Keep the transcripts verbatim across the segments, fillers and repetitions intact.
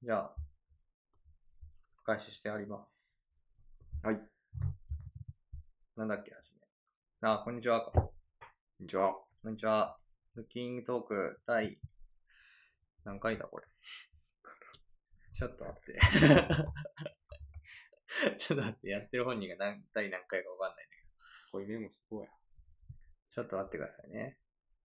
じゃあ、開始してあります。 はい。 なんだっけ、はじめ。あ、こんにちは。 こんにちは。 こんにちは。ルッキングトーク第、何回だこれ。ちょっと待って。ちょっと待って、やってる本人が何第何回かわかんないんだけど。 これメモしとこうや。 ちょっと待ってくださいね。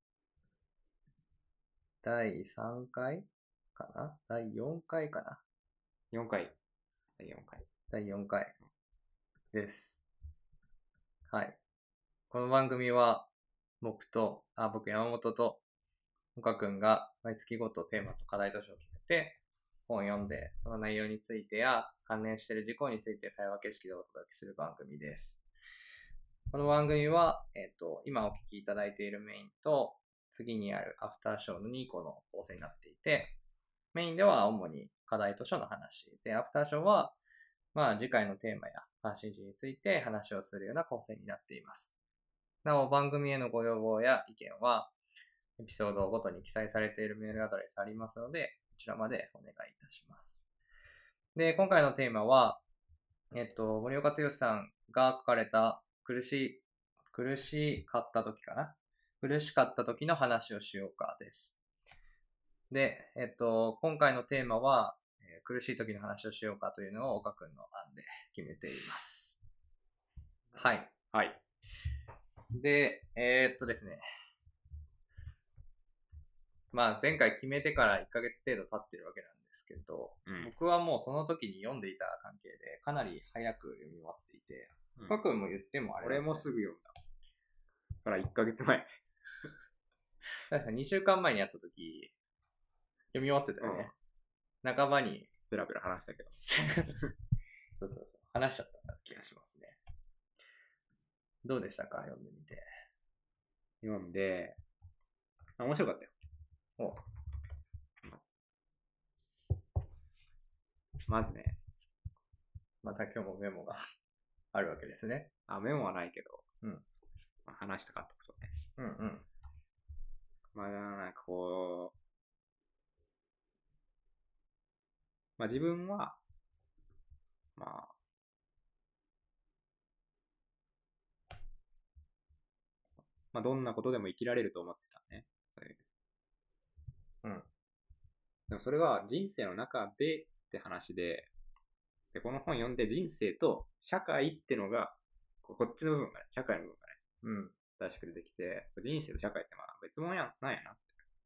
第さんかいかなだいよんかいかなよんかい。だいよんかい。 だいよんかいです。はい。この番組は、僕と、あ、僕山本と、岡くんが毎月ごとテーマと課題図書を決めて、本を読んで、その内容についてや関連している事項について会話形式でお届けする番組です。この番組は、えっと、今お聞きいただいているメインと、次にあるアフターショーのにこの構成になっていて、メインでは主に課題図書の話で、アフターショーは、まあ次回のテーマや発信時について話をするような構成になっています。なお、番組へのご要望や意見は、エピソードごとに記載されているメールアドレスありますので、こちらまでお願いいたします。で、今回のテーマは、えっと、森岡剛さんが書かれた苦しい、苦しかった時かな苦しかった時の話をしようかです。で、えっと、今回のテーマは、えー苦しい時の話をしようかというのを岡くんの案で決めています。はい。 はい。 で、えー、っとですね。まあ前回決めてからいっかげつ程度経ってるわけなんですけど、 うん、 僕はもうその時に読んでいた関係でかなり早く読み終わっていて、岡、うん、くんも言ってもあれだ、ね、 俺もすぐ読んだ。だからいっかげつまえ。 確かにしゅうかんまえにやった時、読み終わってたよね。うん、半ばに。 ベラベラ話したけど。 そうそうそう。話しちゃった気がしますね。どうでしたか読んでみて。 読んで、あ、面白かったよ。 おまずね。 また今日もメモがあるわけですね。 あ、メモはないけど。 うん。 まあ、話したかったことね。 うんうん。 まあ、なんかこう、まあ自分は、まあ、まあどんなことでも生きられると思ってたね。そういう。 うん。 でもそれは人生の中でって話で、で、この本読んで人生と社会ってのが、こっちの部分がね、社会の部分がね、 うん。 新しく出てきて、人生と社会ってまあ別物やん、なんやなって。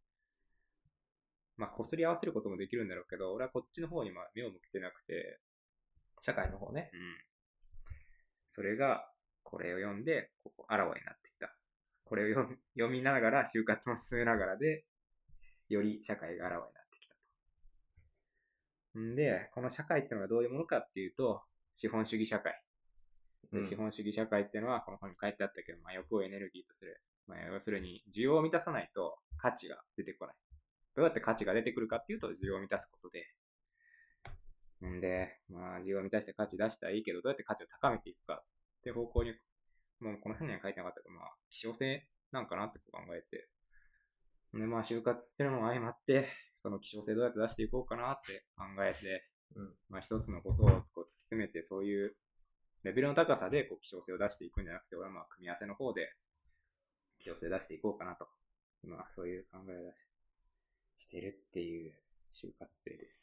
まあ、こすり合わせることもできるんだろうけど、俺はこっちの方にまあ目を向けてなくて、 社会の方ね。 うん。それが、これを読んで、ここ、あらわになってきた。これを読読みながら、就活も進めながらで、より社会があらわになってきたと。んで、この社会ってのがどういうものかっていうと、資本主義社会。で、うん、資本主義社会っていうのは、この本に書いてあったけど、まあ、欲をエネルギーとする。まあ、要するに、需要を満たさないと価値が出てこない。どうやって価値が出てくるかっていうと、需要を満たすことで。んで、まあ、需要を満たして価値出したらいいけど、どうやって価値を高めていくかって方向に、もうこの辺には書いてなかったけど、まあ、希少性なんかなって考えて。で、まあ、就活してるのも相まって、その希少性どうやって出していこうかなって考えて、うん、まあ、一つのことをこう突き詰めて、そういうレベルの高さでこう希少性を出していくんじゃなくて、俺はまあ、組み合わせの方で希少性を出していこうかなと。まあ、そういう考えをしてるっていう就活生です。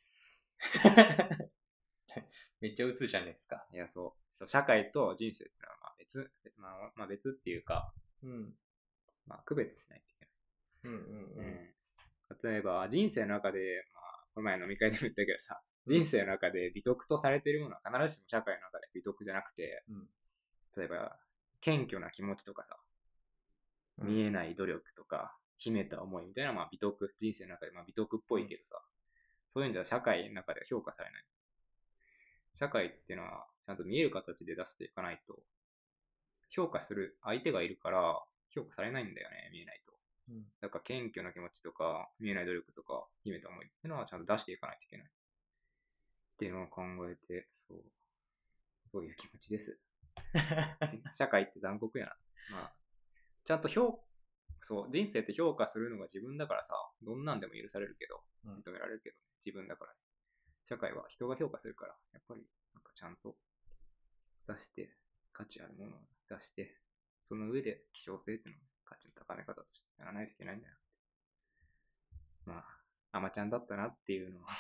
めっちゃ鬱じゃないですか。 いや、そう。そう、社会と人生ってのはまあ別、まあ、まあ別っていうか、 うん。 まあ区別しないといけない。うんうんうん。うん、 例えば、人生の中で、まあ、この前飲み会でも言ったけどさ、人生の中で美徳とされているものは必ずしも社会の中で美徳じゃなくて、うん、例えば、謙虚な気持ちとかさ、見えない努力とか、秘めた思いみたいな、まあ美徳、人生の中でまあ美徳っぽいけどさ、うん、そういうんじゃ社会の中では評価されない。社会っていうのはちゃんと見える形で出していかないと、評価する相手がいるから評価されないんだよね、見えないと。うん、だから謙虚な気持ちとか、見えない努力とか、秘めた思いっていうのはちゃんと出していかないといけない。っていうのを考えて、そう、そういう気持ちです。社会って残酷やな。まあ、ちゃんと評そう、人生って評価するのが自分だからさ、どんなんでも許されるけど、認められるけど、自分だから。 社会は人が評価するから、やっぱりなんかちゃんと出して、価値あるものを出して、その上で希少性っていうのを価値の高め方としてやらないといけないんだよ。まあ、アマちゃんだったなっていうのは。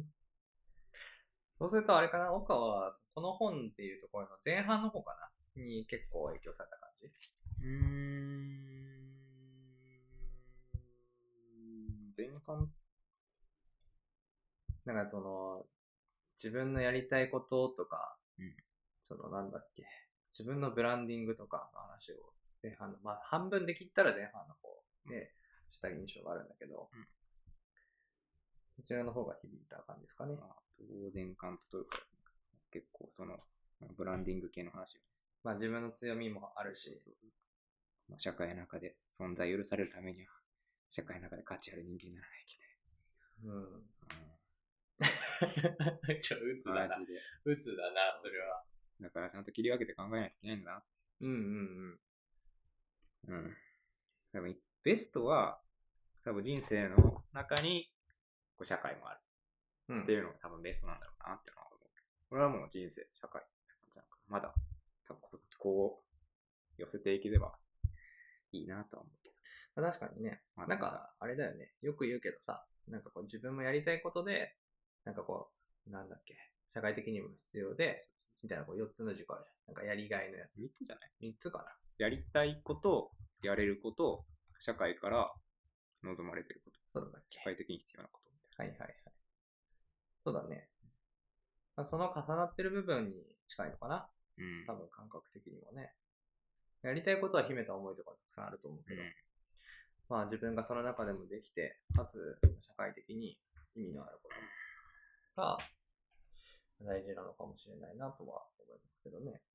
そうするとあれかな、岡はこの本っていうところの前半の方かなに結構影響された感じ。 うーん。前半なんかその、自分のやりたいこととか、 うん、 そのなんだっけ、自分のブランディングとかの話を前半の、まあ半分で切ったら前半の方でした印象があるんだけど、 うん、 こちらの方が響いた感じですかね。 まあ、当然感というか、結構その、ブランディング系の話を、 まあ自分の強みもあるし、 そうそうまあ、社会の中で存在許されるためには、社会の中で価値ある人間にならなきゃいけない。うん。うんちょ、うつだな。 マジで。 うつだな、それは。 だからちゃんと切り分けて考えないといけないんだな。 うんうんうん。うん。多分、ベストは、多分人生の中に、こう社会もある。うん。っていうのが多分ベストなんだろうなっていうのは思うけど。これはもう人生、社会って感じなんかまだ、多分こう、寄せていければいいなとは思うけど。確かにね。まあ、なんか、あれだよね。よく言うけどさ、なんかこう自分もやりたいことで、なんかこう、なんだっけ、社会的にも必要で、みたいなこうよっつの軸あるじゃん。なんかやりがいのやつ。 みっつじゃない ? みっ つかな。 やりたいこと、やれること、社会から望まれてること。 そうだっけ。 社会的に必要なことみたいな。はいはいはい。そうだね。まあ、その重なってる部分に近いのかな。うん。多分感覚的にもね。やりたいことは秘めた思いとかたくさんあると思うけど、うん、まあ自分がその中でもできて、かつ社会的に意味のあることが大事なのかもしれないなとは思いますけどね。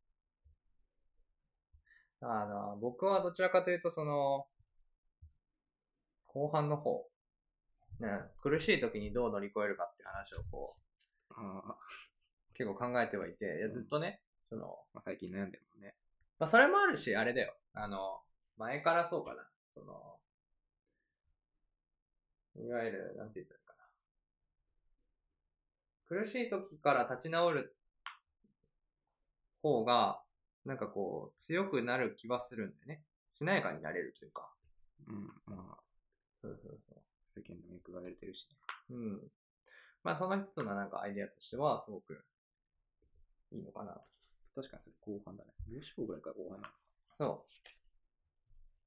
あの僕はどちらかというとその後半の方、ね、苦しい時にどう乗り越えるかっていう話をこうあ結構考えてはいて、いやずっとね、うん、その、 まあ、最近悩んでるもんね。 まあそれもあるし、あれだよ。あの、前からそうかな。その、いわゆる、なんて言ったらいいかな。苦しい時から立ち直る方が、なんかこう、強くなる気はするんでね。しなやかになれるというか。 うん、まあ、 そうそうそう。 世間でもよく言われてるしね。 うん。まあ、その一つのなんかアイデアとしては、すごくいいのかなと。 確かにそれ後半だね。どうしようぐらいから後半なのか。 そう。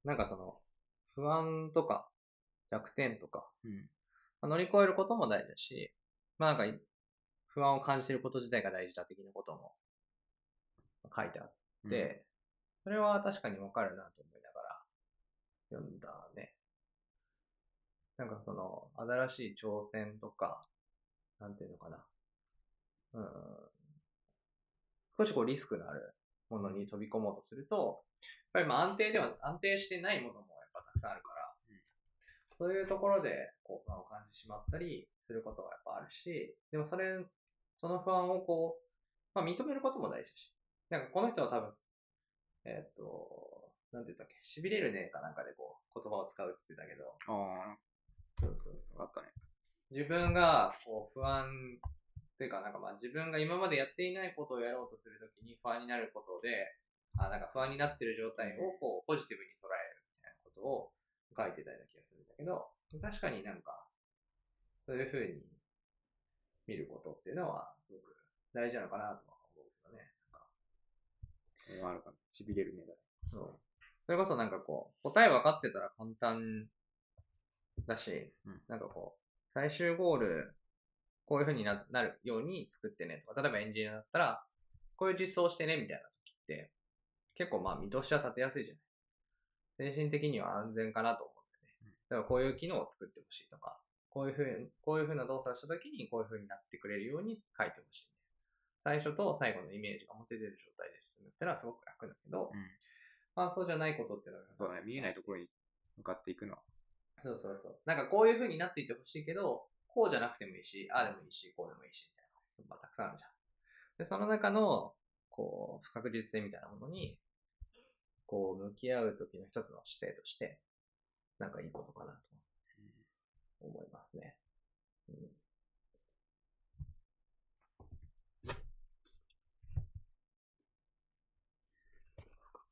なんかその、不安とか、弱点とか、うん、まあ、乗り越えることも大事だし、まあなんか、不安を感じていること自体が大事だ的なことも書いてあって、うん、それは確かにわかるなと思いながら読んだね。なんかその、新しい挑戦とか、なんていうのかな。うん。少しこうリスクのあるものに飛び込もうとすると、やっぱりまあ安定では、安定してないものもやっぱたくさんあるから、うん、そういうところでこう不安を感じてしまったりすることがやっぱあるし、でもそれ、その不安をこう、まあ認めることも大事だし、なんかこの人は多分、えー、っと、なんて言ったっけ、痺れるねかなんかでこう言葉を使うって言ってたけど、 ああ、 そうそうそう。 あったね。 自分がこう不安というか、なんかまあ自分が今までやっていないことをやろうとするときに不安になることで、あなんか不安になってる状態をこうポジティブに捉えるみたいなことを書いてたような気がするんだけど、確かになんか、そういうふうに見ることっていうのはすごく大事なのかなとは思うけどね。なんかそれはあるかな。痺れるねだ。 そう。それこそなんかこう、答え分かってたら簡単だし、うん、なんかこう、最終ゴール、こういう風になるように作ってねとか、例えばエンジニアだったら、こういう実装してねみたいな時って、結構まあ見通しは立てやすいじゃない。精神的には安全かなと思うんでね。だからこういう機能を作ってほしいとか、こういう風に、こういう風な動作をした時にこういう風になってくれるように書いてほしい。最初と最後のイメージが表出る状態で進むってのはすごく楽だけど、うん、まあそうじゃないことってのは、 そうね、見えないところに向かっていくのは。 そうそうそう。なんかこういう風になっていってほしいけど、こうじゃなくてもいいし、ああでもいいし、こうでもいいし、みたいな。まあたくさんあるじゃん。で、その中の、こう、不確実性みたいなものに、こう、向き合うときの一つの姿勢として、なんかいいことかなと思いますね。うん、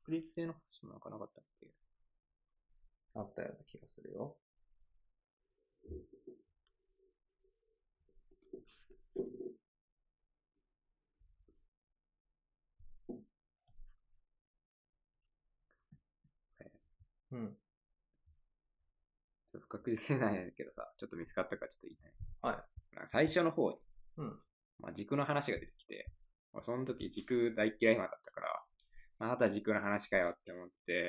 確率性の話もなんかなかったっけ？ あったような気がするよ。うん。 ちょっと不確実性ないんだけどさ、ちょっと見つかったからちょっといいね。 はい。 なんか最初の方に、 うん。 まあ、軸の話が出てきて、俺その時軸大嫌いなかったから、あなた軸の話かよって思って、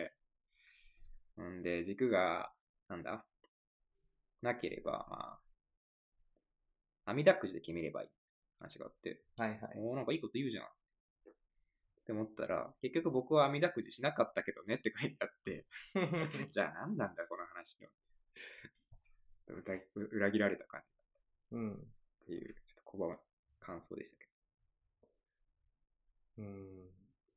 んで、軸が、なんだなければ、まあ、網だくじで決めればいい話があって、 はいはい。 おーなんかいいこと言うじゃん。って思ったら、結局僕は網だくじしなかったけどねって書いてあって、じゃあ何なんだこの話と。ちょっと裏裏切られた感じ。 うん。 っていう、ちょっと小ば感想でしたけうん。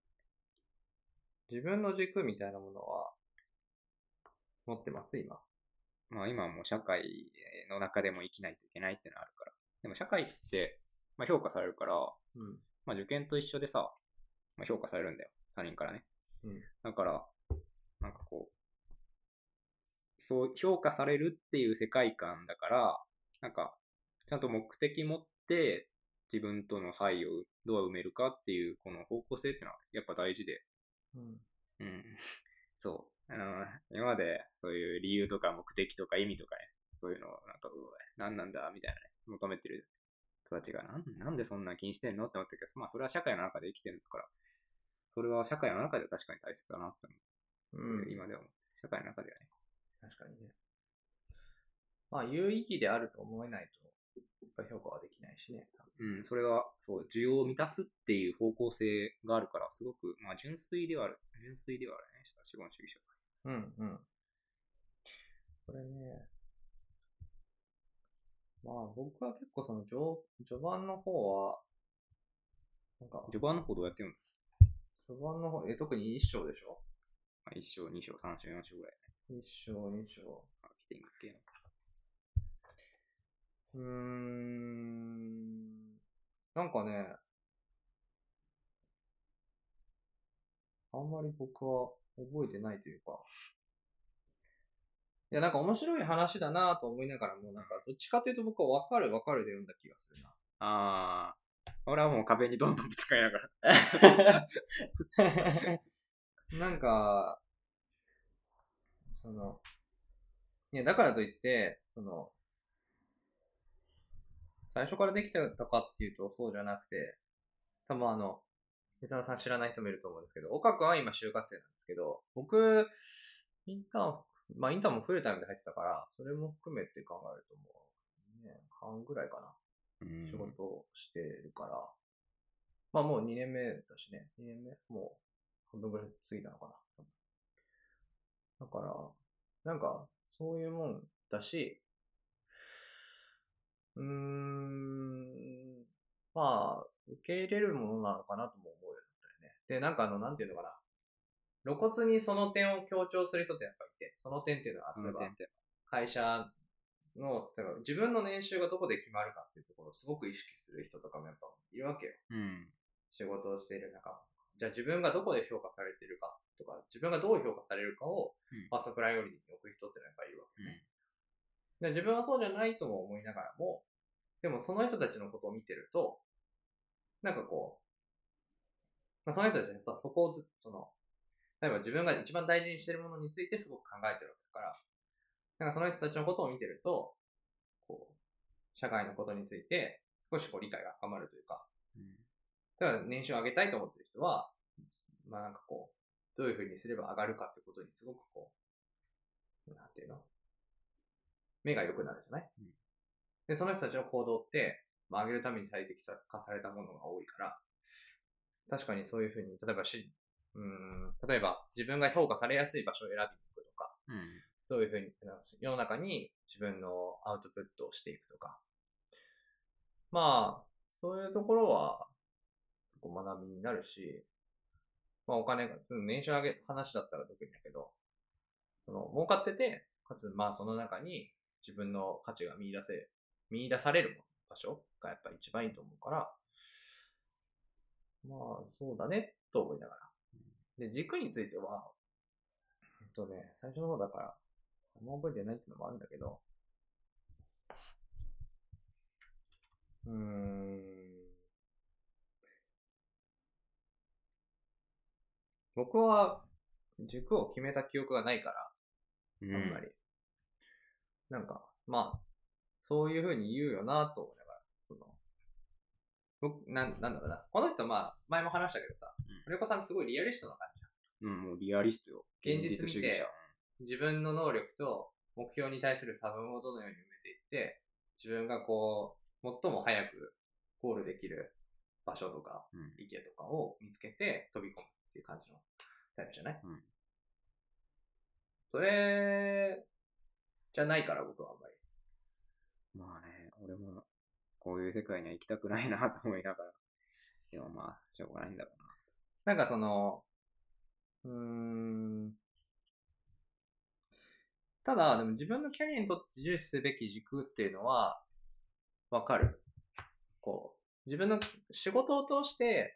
自分の軸みたいなものは持ってます今。 ど。まあ今はもう社会の中でも生きないといけないってのはあるから。でも社会って、まあ、評価されるから、 うん。 まあ受験と一緒でさ、まあ、評価されるんだよ。他人からね。 うん。 だから、なんかこう、そう評価されるっていう世界観だから、なんか、ちゃんと目的持って自分との差異をどう埋めるかっていうこの方向性ってのはやっぱ大事で。 うん。 うん。そう。あの、今までそういう理由とか目的とか意味とかね、そういうのをなんか、うわ何なんだみたいなね、求めてる人たちがなんなんでそんな気にしてんのって思ったけど、まあそれは社会の中で生きてるんだから、それは社会の中では確かに大切だなって思う。うん、今では思って、社会の中ではね。 確かにね。まあ、有意義であると思えないと、やっぱ評価はできないしね。 うん、それは、そう、需要を満たすっていう方向性があるから、すごく、まあ、純粋ではある。純粋ではあるね、資本主義社会。うんうん。これね、まあ僕は結構その序序盤の方は、 なんか、序盤の方どうやって読むの序盤の方、え、特に一章でしょ？ まあ、いち章、に章、さん章、よん章ぐらいね。一章、二章。 マーケティング系の。 うーん。なんかね、あんまり僕は覚えてないというか、いや、なんか面白い話だなと思いながらも、なんかどっちかというと僕は分かる分かるで読んだ気がするな。 あー、俺はもう壁にどんどんぶつかりながら。なんか、その、いや、だからといって、その、最初からできてたかっていうとそうじゃなくて、多分あの、水野さん知らない人もいると思うんですけど、岡君は今就活生なんですけど、僕、インターン、まあインターンもフルタイムで入ってたから、それも含めて考えるともう、ね、半ぐらいかな。仕事をしてるから、まあもうにねんめだしね、にねんめもう半分ぐらい過ぎたのかな。だから、なんか、そういうもんだし、うーん、まあ、受け入れるものなのかなとも思うようになったよね。で、なんかあの、なんていうのかな。露骨にその点を強調する人ってやっぱいて、その点っていうのは、例えば、会社の、例えば自分の年収がどこで決まるかっていうところをすごく意識する人とかもやっぱいるわけよ。 うん。 仕事をしている仲間。じゃあ自分がどこで評価されているかとか、自分がどう評価されるかを、ファーストプライオリティに置く人ってのはやっぱりいるわけね。で自分はそうじゃないとも思いながらも、でもその人たちのことを見てると、なんかこう、まあ、その人たちはさ、そこをずその、例えば自分が一番大事にしているものについてすごく考えてるわけだから、なんかその人たちのことを見てると、こう、社会のことについて少しこう理解が深まるというか、だから年収を上げたいと思ってる人は、まあなんかこう、どういうふうにすれば上がるかってことにすごくこう、なんていうの目が良くなるじゃない、うん、で、その人たちの行動って、まあ上げるために最適化されたものが多いから、確かにそういうふうに、例えばし、うん、例えば自分が評価されやすい場所を選びに行くとか、うん、どういうふうに世の中に自分のアウトプットをしていくとか、まあ、そういうところは、学びになるし、まあお金が、年収上げ、話だったら特にだけど、その、儲かってて、かつ、まあその中に自分の価値が見出せ、見出される場所がやっぱり一番いいと思うから、まあそうだね、と思いながらで、軸については、えっとね、最初の方だから、あんま覚えてないっていうのもあるんだけど、うーん、僕は軸を決めた記憶がないから、 うん。 あんまり。なんか、まあ、そういう風に言うよなと思いながら、その、僕、なん、なんだろうな。この人、まあ、前も話したけどさ、 うん堀岡さんってすごいリアリストな感じ。 うん、もうリアリストよ。 現実見主義者。 て、自分の能力と目標に対する差分をどのように埋めていって、自分がこう、最も早くゴールできる場所とか、 うん。 池とかを見つけて飛び込むっていう感じのタイプじゃない？ うん。 それ、じゃないから僕はあんまり。 まあね、俺もこういう世界には行きたくないなと思いながら。でもまあ、しょうがないんだろうなんかその、うーん、ただ、でも自分のキャリアにとって重視すべき軸っていうのは、わかる。こう、自分の仕事を通して、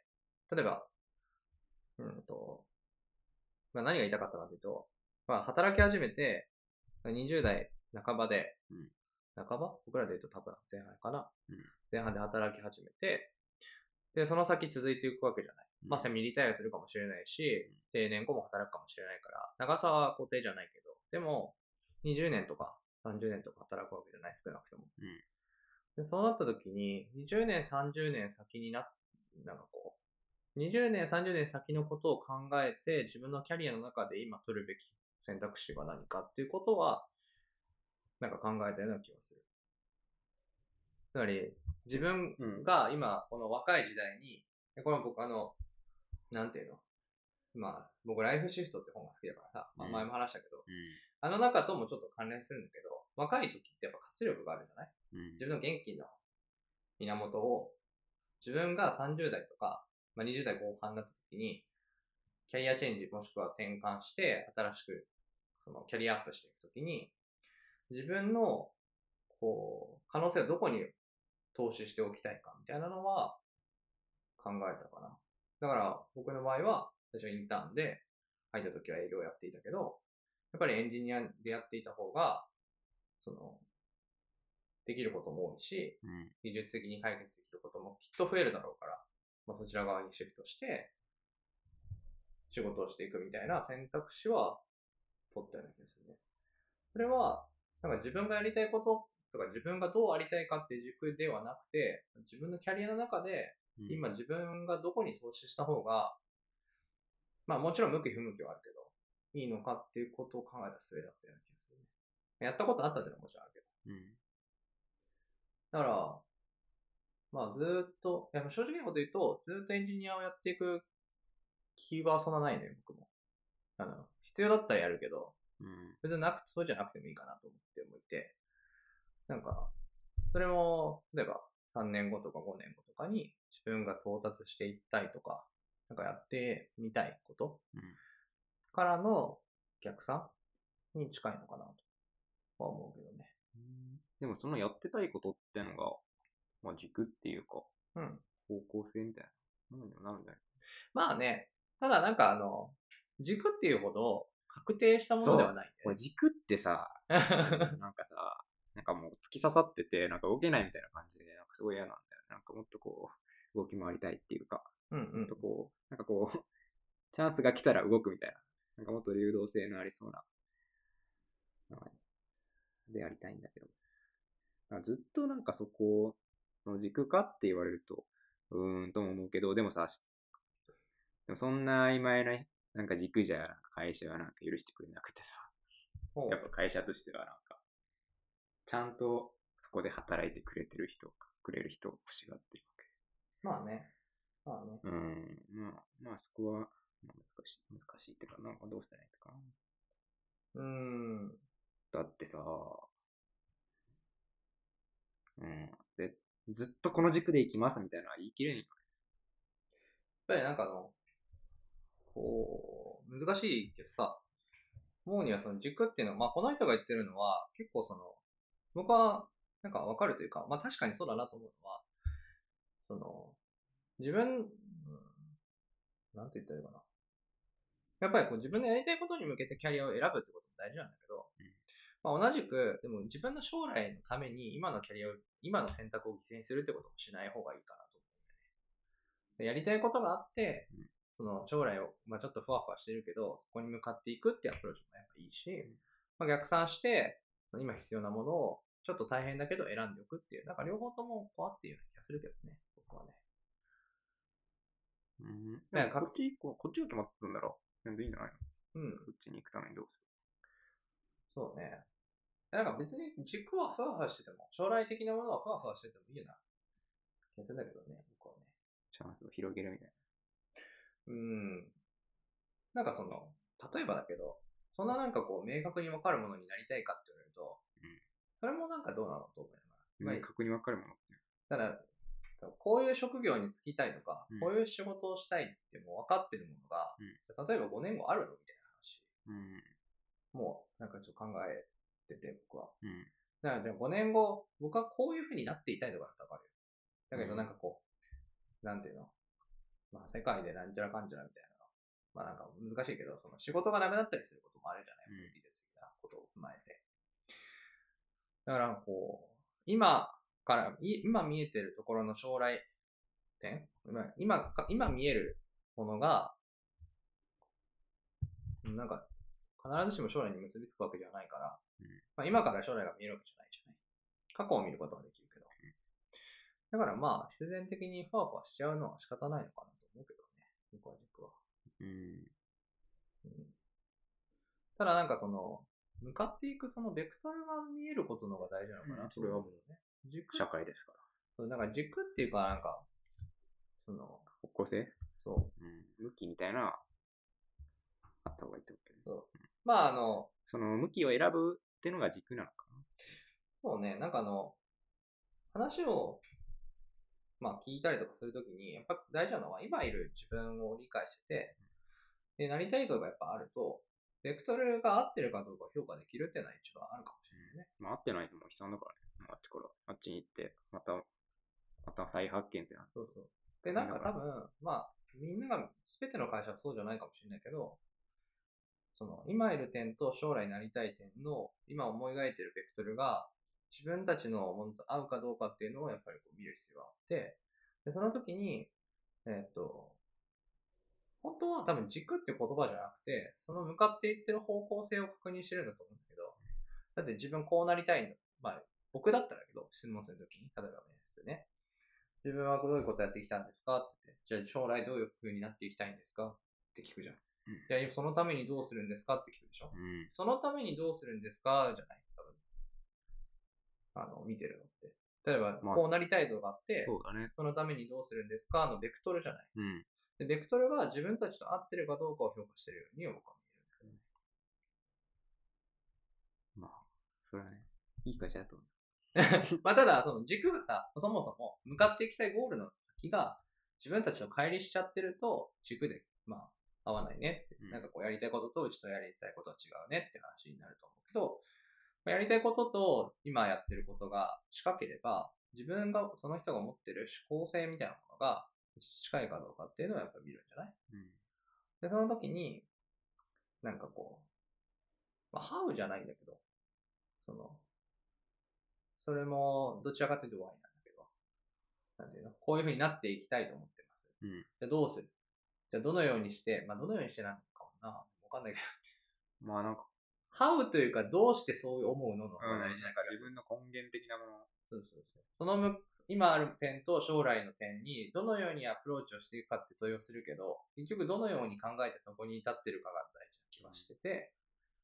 例えば、うんと、まあ、何が言いたかったかというと、まあ、働き始めて、にじゅう代半ばで、 うん。 半ば僕らで言うと多分前半かな。 うん。 前半で働き始めて、で、その先続いていくわけじゃない。まあ、セミリタイアするかもしれないし、定年後も働くかもしれないから、長さは固定じゃないけど、でも、にじゅうねんとかさんじゅうねんとか働くわけじゃない、少なくとも。 うん。 でそうなった時に、にじゅうねん、さんじゅうねん先にな、なんかこう、にじゅうねん、さんじゅうねん先のことを考えて、自分のキャリアの中で今取るべき選択肢は何かっていうことは、なんか考えたような気がする。つまり、自分が今、この若い時代に、これは僕あの、なんていうのまあ、僕ライフシフトって本が好きだからさ、まあ、前も話したけど、 うん。 あの中ともちょっと関連するんだけど、若い時ってやっぱ活力があるじゃない？ うん。 自分の元気の源を、自分がさんじゅう代とか、まあ、にじゅう代後半になった時に、キャリアチェンジもしくは転換して、新しく、そのキャリアアップしていくときに、自分の、こう、可能性をどこに投資しておきたいかみたいなのは考えたかな。だから、僕の場合は、最初インターンで入った時は営業をやっていたけど、やっぱりエンジニアでやっていた方が、その、できることも多いし、 うん。 技術的に解決できることもきっと増えるだろうから、まあ、そちら側にシフトして、仕事をしていくみたいな選択肢は取ったような気がするね。それは、なんか自分がやりたいこととか自分がどうありたいかっていう軸ではなくて、自分のキャリアの中で、今自分がどこに投資した方が、まあもちろん向き不向きはあるけど、いいのかっていうことを考えた末だったような気がするね。やったことあったっていうのはもちろんあるけど。 うん。 だから、まあずーっと、やっぱ正直なこと言うと、ずーっとエンジニアをやっていく気はそんなないのよ、僕も。あの、必要だったらやるけど、 うん。 別になく、そうじゃなくてもいいかなと思って思いて、なんか、それも、例えばさんねんごとかごねんごとかに自分が到達していったいとか、なんかやってみたいことうんからの逆算に近いのかなとは思うけどね。 でもそのやってたいことってのが、まあ軸っていうか、 うん。 方向性みたいなものにはなるんじゃない？ まあね、ただなんかあの、軸っていうほど確定したものではないんこれで、ね。 軸ってさ、なんかさ、なんかもう突き刺さってて、なんか動けないみたいな感じで、なんかすごい嫌なんだよ。なんかもっとこう、動き回りたいっていうか、 うんうんもっと。こう、なんかこう、チャンスが来たら動くみたいな、なんかもっと流動性のありそうな、でやりたいんだけど。ずっとなんかそこの軸かって言われると、うーんとも思うけど、でもさ、でもそんな曖昧な、なんか軸じゃ、なんか会社はなんか許してくれなくてさ、やっぱ会社としてはなんか、ちゃんとそこで働いてくれてる人、くれる人を欲しがってるわけ。 まあね。まあね。 うん、まあ、まあそこは、まあ、難しい、難しいっていうか、なんかどうしたらいいのかうーん。 な。だってさ、うん、で、ずっとこの軸で行きますみたいなのは言い切れんよ。 やっぱりなんかあの、こう、難しいけどさ、思うにはその軸っていうのは、まあこの人が言ってるのは、結構その、僕はなんかわかるというか、まあ確かにそうだなと思うのは、その、自分、うん、なんて言ったらいいかな。 やっぱりこう自分のやりたいことに向けてキャリアを選ぶってことも大事なんだけど、 うんまあ、同じく、でも自分の将来のために今のキャリアを、今の選択を犠牲にするってこともしない方がいいかなと思うんだよね。でやりたいことがあって、 うんその将来を、まあ、ちょっとふわふわしてるけど、そこに向かっていくってアプローチもやっぱいいし、まあ、逆算して、今必要なものをちょっと大変だけど選んでおくっていう、なんか両方ともこうあっていうような気がするけどね、僕はね。 うん。 なんかこっち、こっちが決まってたんだろう。全然いいんじゃないの？ うん、 そっちに行くためにどうすそうね。なんか別に軸はふわふわしてても、将来的なものはふわふわしててもいいよな。気がするんだけどね、僕はね。 る？チャンスを広げるみたいうん。なんかその、例えばだけど、そんななんかこう、明確に分かるものになりたいかって言われると、 うんそれもなんかどうなのと思うよな。 な。明確に分かるものって。 ただ、こういう職業に就きたいとか、 うんこういう仕事をしたいってもう分かってるものが、 うん例えばごねんごあるのみたいな話。 うん。 もう、なんかちょっと考えてて、僕は。 うん。 だから、じゃあごねんご、僕はこういう風になっていたいとかだったら分かるよ。だけどなんかこう、なんていうの、まあ世界でなんちゃらかんちゃらみたいな。まあなんか難しいけど、その仕事がなくなったりすることもあるじゃない、 うんいいですなことを踏まえて。だからこう、今から、い今見えてるところの将来点、今、今か、今見えるものが、なんか、必ずしも将来に結びつくわけではないから、 うんまあ今から将来が見えるわけじゃないじゃない。過去を見ることはできるけど。だからまあ、必然的にふわふわしちゃうのは仕方ないのかなと思うけどね、僕は軸は。 うん。 うん、ただなんかその、向かっていくそのベクトルが見えることの方が大事なのかな、 うんそれはもうね。軸社会ですから。 そう、なんか軸っていうかなんか、その、 方向性そう。 うん。向きみたいな、あった方がいいってことね。 そう。まああの、 その向きを選ぶってのが軸なのかな。 そうね、なんかあの、話を、まあ聞いたりとかするときに、やっぱ大事なのは今いる自分を理解してて、で、なりたい像がやっぱあると、ベクトルが合ってるかどうか評価できるっていうのは一番あるかもしれないね。 まあ合ってないともう悲惨だからね。あっちから、あっちに行って、また、また再発見ってなって。 そうそう。で、なんか多分、まあ、みんなが、すべての会社はそうじゃないかもしれないけど、その、今いる点と将来なりたい点の、今思い描いてるベクトルが、自分たちのものと合うかどうかっていうのをやっぱりこう見る必要があって、で、その時に、えっと、本当は多分軸っていう言葉じゃなくて、その向かっていってる方向性を確認してるんだと思うんだけど、だって自分こうなりたいんだ。まあ、僕だったらけど、質問するときに、例えばね、自分はどういうことやってきたんですかって。じゃあ将来どういう風になっていきたいんですかって聞くじゃん。 うん、 じゃあそのためにどうするんですかって聞くでしょ。 うん、 そのためにどうするんですかじゃない多分。あの、見てるのって。例えば、 まあこうなりたい像があって、 そうだね。 そのためにどうするんですかのベクトルじゃない。 うん。 で、ベクトルが自分たちと合ってるかどうかを評価してるように僕は見えるんですけどね。 まあ、それはね、いい会社だと思う。 まあ、ただ、その軸がさ、そもそも向かっていきたいゴールの先が自分たちと乖離しちゃってると、軸で、まあ、合わないねって、 うん、 なんかこうやりたいこととうちとやりたいことは違うねって話になると思うけど、やりたいことと今やってることが近ければ、自分が、その人が持ってる思考性みたいなものが近いかどうかっていうのをやっぱ見るんじゃない、 うん、 で、その時に、なんかこう、まあ、ハウじゃないんだけど、その、それも、どちらかというと Y なんだけど、なんていうのこういう風になっていきたいと思ってます。 うん。 じゃあどうするじゃあどのようにして、まあどのようにしてなのかもな。わかんないけど。 まあなんか、 How というかどうしてそう思うのの方が大事ななんか自分の根源的なもの。 そうそうそう。そのむ、今ある点と将来の点にどのようにアプローチをしていくかって問いをするけど、結局どのように考えてそこに至ってるかが大事な気はしてて、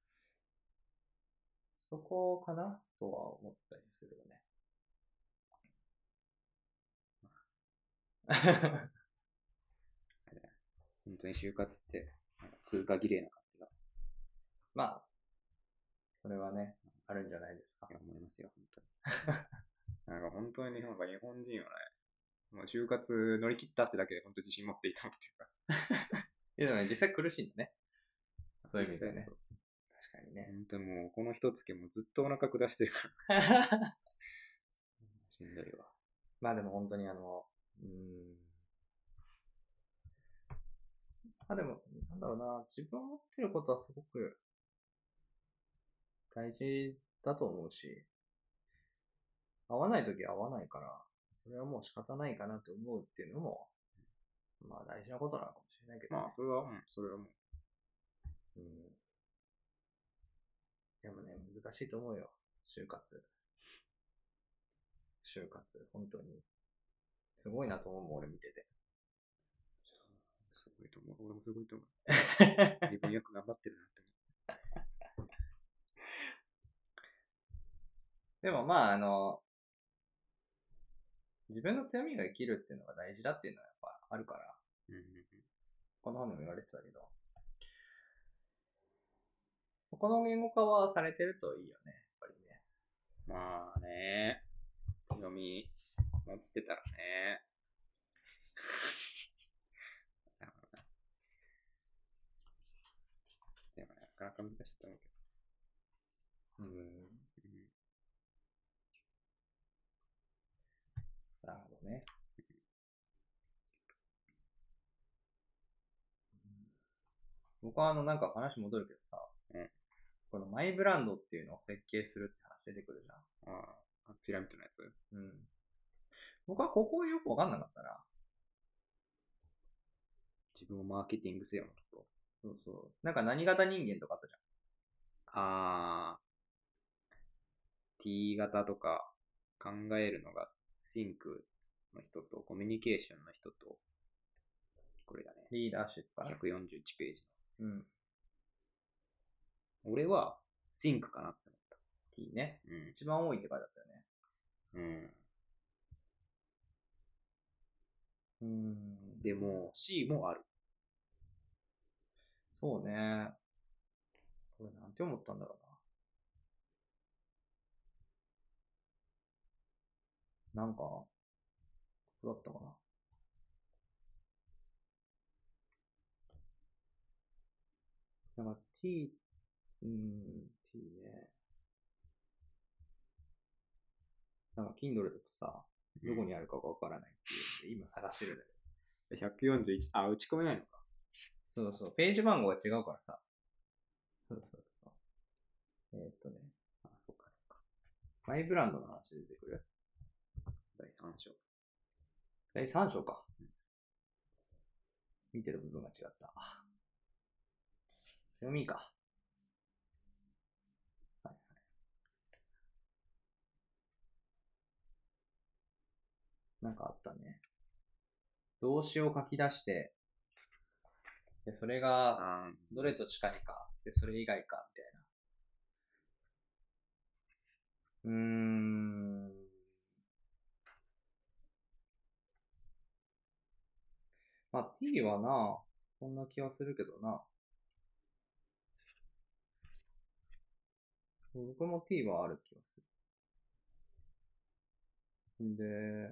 そこかなとは思ったりするよね。 本当に就活って、なんか通過儀礼な感じが。 まあ、それはね、あるんじゃないですか。 いや、思いますよ、本当に。なんか本当になんか日本人はね、もう就活乗り切ったってだけで本当自信持っていたっていうか。 いやでもね、実際苦しいんだね。そういう意味でね。確かにね。 本当にもうこの一月もずっとお腹下してるから。しんどいわ。 まあでも本当にあの、うーん。まあでも、 なんだろうな、自分を持ってることはすごく大事だと思うし、合わないときは合わないから、それはもう仕方ないかなって思うっていうのも、まあ大事なことなのかもしれないけど、ね。 まあ、それは、うん、それはもう。 うん。でもね、難しいと思うよ。就活。就活、本当に。すごいなと思う、俺見てて。 すごいと思う。俺もすごいと思う。自分よく頑張ってるなって思う。 でもまあ、あの、自分の強みが生きるっていうのが大事だっていうのはやっぱあるから、 うんうんうん、 この本でも言われてたけど、この言語化はされてるといいよね、やっぱりね。 まあね、強み持ってたらね。なるほどな。でもね、なかなか難しいと思うけど。 うん。 うん、 なるほどね。僕はあの、なんか話戻るけどさ、 うん、 このマイブランドっていうのを設計するって話出てくるじゃん。 ああ、ピラミッドのやつ。 うん。僕はここよくわかんなかったな。 自分をマーケティングせよのと。 そうそう。なんか何型人間とかあったじああ、T 型とか考えるのが Think の人とコミュニケーションの人と、これだね。 ゃん。リーダーシップかな。 ひゃくよんじゅういちページうん。 の。俺は Think かなって思った。 T ね。 うん。 一番多いって書いてあったよね。 うん。 うーん。 でも C もある。 そうね。これなんて思ったんだろうな。なんか、どうだったかな。なんか T、うーん、T ね。なんか Kindle だとさ、どこにあるかがわからないっていうので、今探してるんだけど。 ひゃくよんじゅういち、あ、打ち込めないのか。 そうそう、ページ番号が違うからさ。そうそうそう。えー、っとね。あ、そうかそうか。マイブランドの話出てくるだいさん章。 だいさん章か。見てる部分が違った。強みか。はいはい。なんかあったね。動詞を書き出して、で、それが、どれと近いか、で、それ以外か、みたいな。うーん。まあ、T はな、そんな気はするけどな。僕も T はある気がする。んで、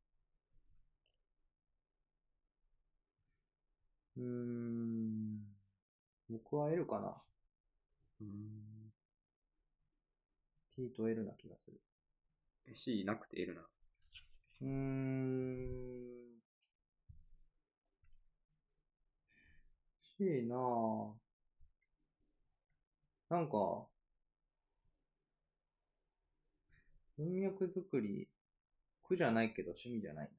うーん。僕は L かな。 うん。 T と L な気がする。 C なくて L な。 うーん。C なぁ。なんか、文脈作り、苦じゃないけど趣味じゃないな。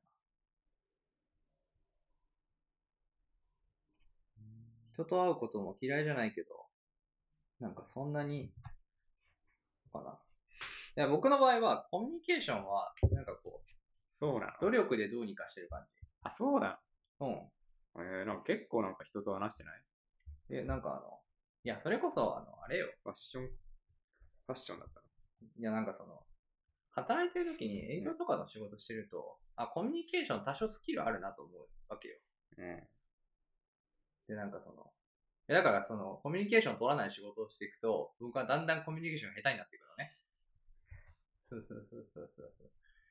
人と会うことも嫌いじゃないけど、なんかそんなに、かな。いや、僕の場合は、コミュニケーションは、なんかこう、 そうなの。 努力でどうにかしてる感あ、そうだ。 じ。うん。 えー、なんか結構なんか人と話してない？ で、なんかあの、いや、それこそ、あの、あれよ。 ファッション、ファッションだったの。 いや、なんかその、働いてる時に営業とかの仕事してると、あ、コミュニケーション多少スキルあるなと思うわけよ。 うん。 で、なんかその、だからその、コミュニケーション取らない仕事をしていくと、僕はだんだんコミュニケーションが下手になっていくのね。そうそうそうそうそうそう。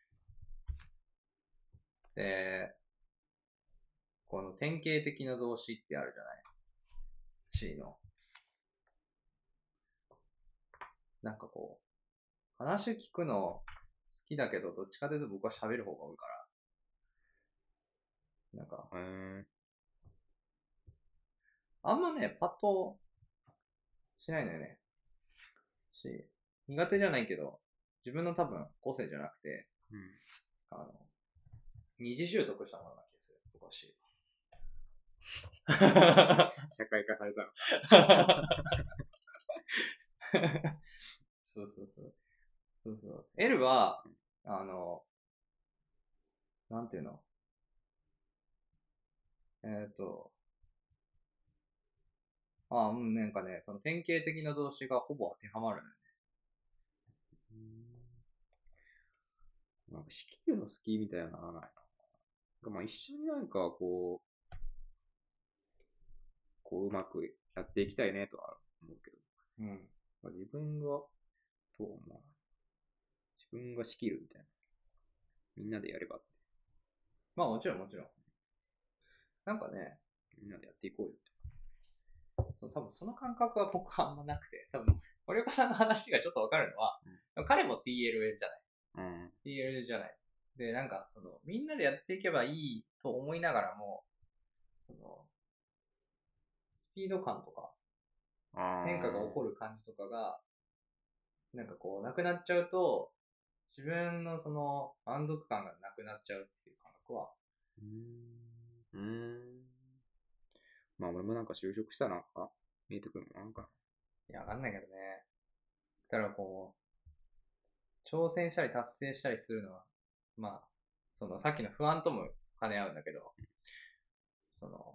で、この典型的な動詞ってあるじゃない。C の。なんかこう、話聞くの好きだけど、どっちかというと僕は喋る方が多いから。なんか、 へー。 あんまね、パッとしないのよね。し、苦手じゃないけど、自分の多分個性じゃなくて、 うん。 あの、二次習得したものな気がする、昔。 社会化されたの。 そうそうそう。そうそう。L は、あの、なんていうのえっ、ー、と、あ、うん、なんかね、その典型的な動詞がほぼ当てはまるのよね。 なんか仕切るの好きみたいなのはないな。まあ一緒になんかこう、こううまくやっていきたいねとは思うけど。 うん。 まあ、自分が、どう思う自分が仕切るみたいな。みんなでやればって。 まあもちろんもちろん。なんかね、 みんなでやっていこうよって。 そう多分その感覚は僕はあんまなくて、多分森岡さんの話がちょっとわかるのは、うん、彼も ティーエルエル じゃない。うん、ティーエルエル じゃない。で、なんかその、みんなでやっていけばいいと思いながらも、そのスピード感とか、変化が起こる感じとかが、なんかこう、なくなっちゃうと、自分のその満足感がなくなっちゃうっていう感覚は。 うーん。うーん。まあ俺もなんか就職したらなんか見えてくるのなんかな。 いや、わかんないけどね。だからこう、挑戦したり達成したりするのは、まあ、そのさっきの不安とも兼ね合うんだけど、その、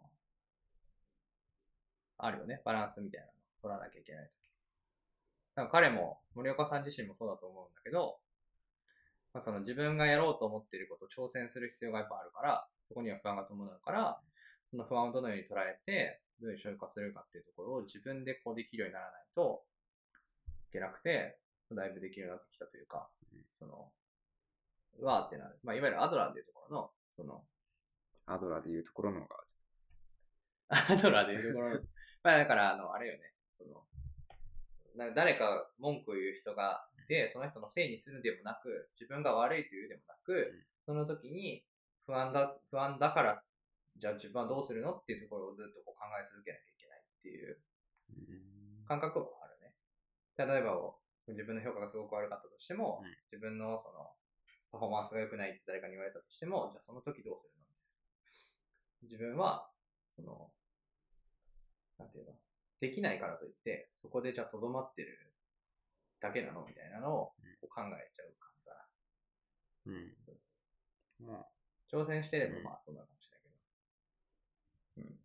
あるよね、バランスみたいなの取らなきゃいけないとき。多分彼も、森岡さん自身もそうだと思うんだけど、まあ、その自分がやろうと思っていることを挑戦する必要がやっぱあるから、そこには不安が伴うから、その不安をどのように捉えて、どのように消化するかっていうところを自分でこうできるようにならないといけなくて、だいぶできるようになってきたというか、その、うわーってなる。まあ、いわゆるアドラーでいうところの、その、 アドラーでいうところのが、 アドラーでいうところの、まあだから、あの、あれよね、その、なんか誰か文句を言う人がいて、その人のせいにするでもなく、自分が悪いというでもなく、その時に不安だ、不安だから、じゃあ自分はどうするのっていうところをずっとこう考え続けなきゃいけないっていう感覚はあるね。例えば、自分の評価がすごく悪かったとしても、自分のその、パフォーマンスが良くないって誰かに言われたとしても、じゃあその時どうするの自分は、その、なんていうのできないからといって、そこでじゃあとどまってるだけなのみたいなのを考えちゃう感じかな。うん。そうまあ、挑戦してればまあそうなのかもしれないけど。うん。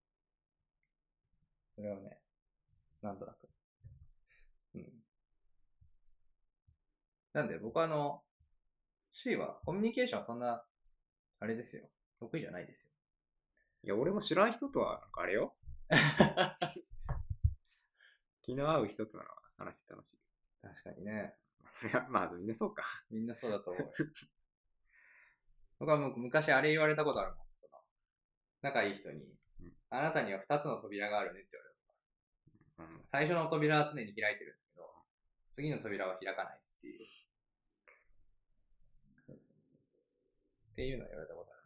それはね、なんとなく。うん。なんで僕はあの、C はコミュニケーションはそんな、あれですよ。得意じゃないですよ。 いや、俺も知らん人とは、なんかあれよ。気の合う人となら話して楽しい。 確かにね。 それは、まあみんなそうか。 みんなそうだと思う。僕は昔あれ言われたことあるもん。その仲いい人に、うん、あなたには二つの扉があるねって言われた。うん、最初の扉は常に開いてるんだけど、次の扉は開かないっていう。っていうのを言われたことある。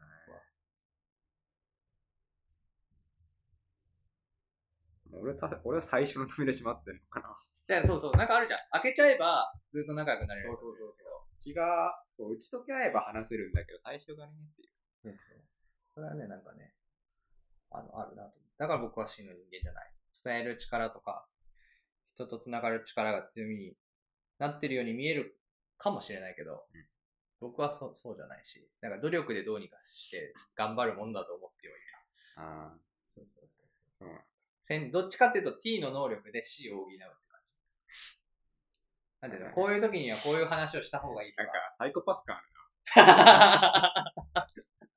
俺た、俺は最初の扉閉まってんのかな。 いや、そうそう、なんかあるじゃん。開けちゃえば、ずっと仲良くなれる。 そうそうそうそう。気が、そう打ち解け合えば話せるんだけど、最初がねっていう。 そうそう。それはね、なんかね、あの、あるなと思う。だから僕は真の人間じゃない。伝える力とか、人と繋がる力が強みになってるように見えるかもしれないけど、うん、僕はそそうじゃないし、なんか努力でどうにかして頑張るもんだと思っておいた。ああ。そうそうそうそう。どっちかっていうと T の能力で C を補うって感じ。なんていうの、こういう時にはこういう話をした方がいいとか。 なんかサイコパス感あるな。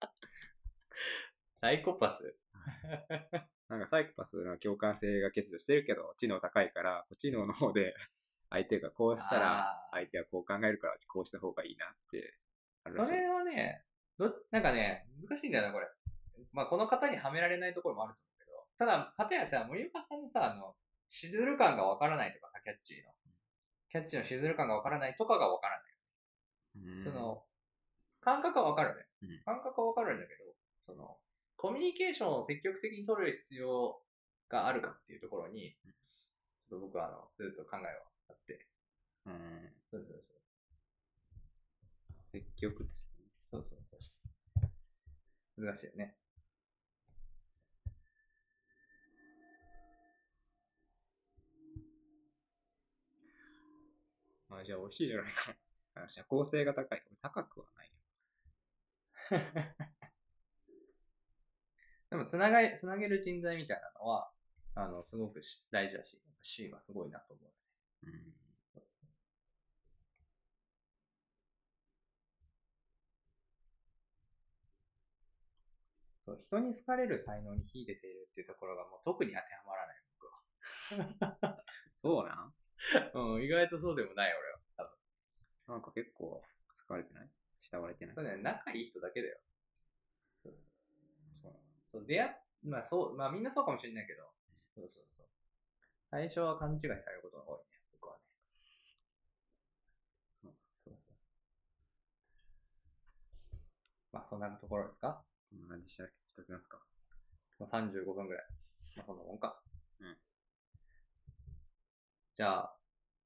サイコパスなんかサイコパスの共感性が欠如してるけど、知能高いから、知能の方で相手がこうしたら、相手はこう考えるから、こうした方がいいなってあるらしい。 それはね、ど、なんかね、難しいんだよな、これ。まあ、この方にはめられないところもあると思うけど、ただ、かたやさ、森岡さんのさ、あの、しずる感がわからないとかさ、キャッチーの。キャッチのしずる感がわからないとかがわからない。その、感覚はわかるね。うん、感覚はわかるんだけど、その、コミュニケーションを積極的に取る必要があるかっていうところに、ちょっと僕はあのずっと考えはあって。 うん。 そうそうそう。 積極的。 そうそうそう。難しいよね。 まあじゃあ美味しいじゃないか。社交性が高い。高くはない。 でもつながい、つなげる人材みたいなのは、あの、すごく大事だし、C はすごいなと思う。 うん。 そう、人に好かれる才能に秀でているっていうところがもう特に当てはまらない、僕は。 そうなん？ うん、意外とそうでもない、俺は。多分。 なんか結構好かれてない？慕われてない？ そうね、仲いい人だけだよ。そうそう。 そう、出会っ、まあそう、まあみんなそうかもしれないけど、そうそうそう。最初は勘違いされることが多いね、僕はね。うん、そうそう。まあそんなところですか？ こんな感じしときますか。 まあ、さんじゅうごふんぐらい。まあそんなもんか。 うん。 じゃあ、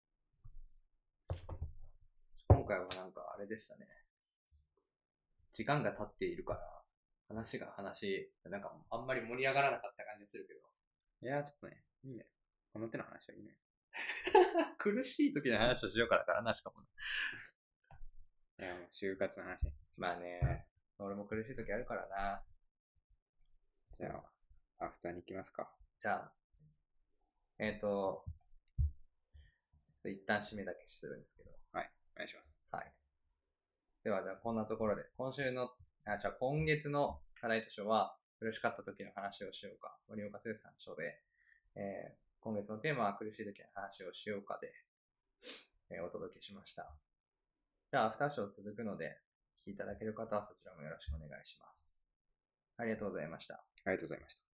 今回はなんかあれでしたね。時間が経っているから、話が話、なんかあんまり盛り上がらなかった感じがするけど。 いや、ちょっとね、いいね。この手の話はいいね。 苦しい時の話をしようからからな、しかも。 いや、もう就活の話。 まあね、俺も苦しい時あるからな。 じゃあ、アフターに行きますか。 じゃあ、えっ、ー、と、一旦締めだけするんですけど。 はい、お願いします。 はい。では、じゃあこんなところで、今週の、あ、じゃあ今月の課題図書は、苦しかった時の話をしようか。森岡剛さんの書で、えー、今月のテーマは苦しい時の話をしようかで、えー、お届けしました。じゃあ、アフターショー続くので、聞いていただける方はそちらもよろしくお願いします。ありがとうございました。 ありがとうございました。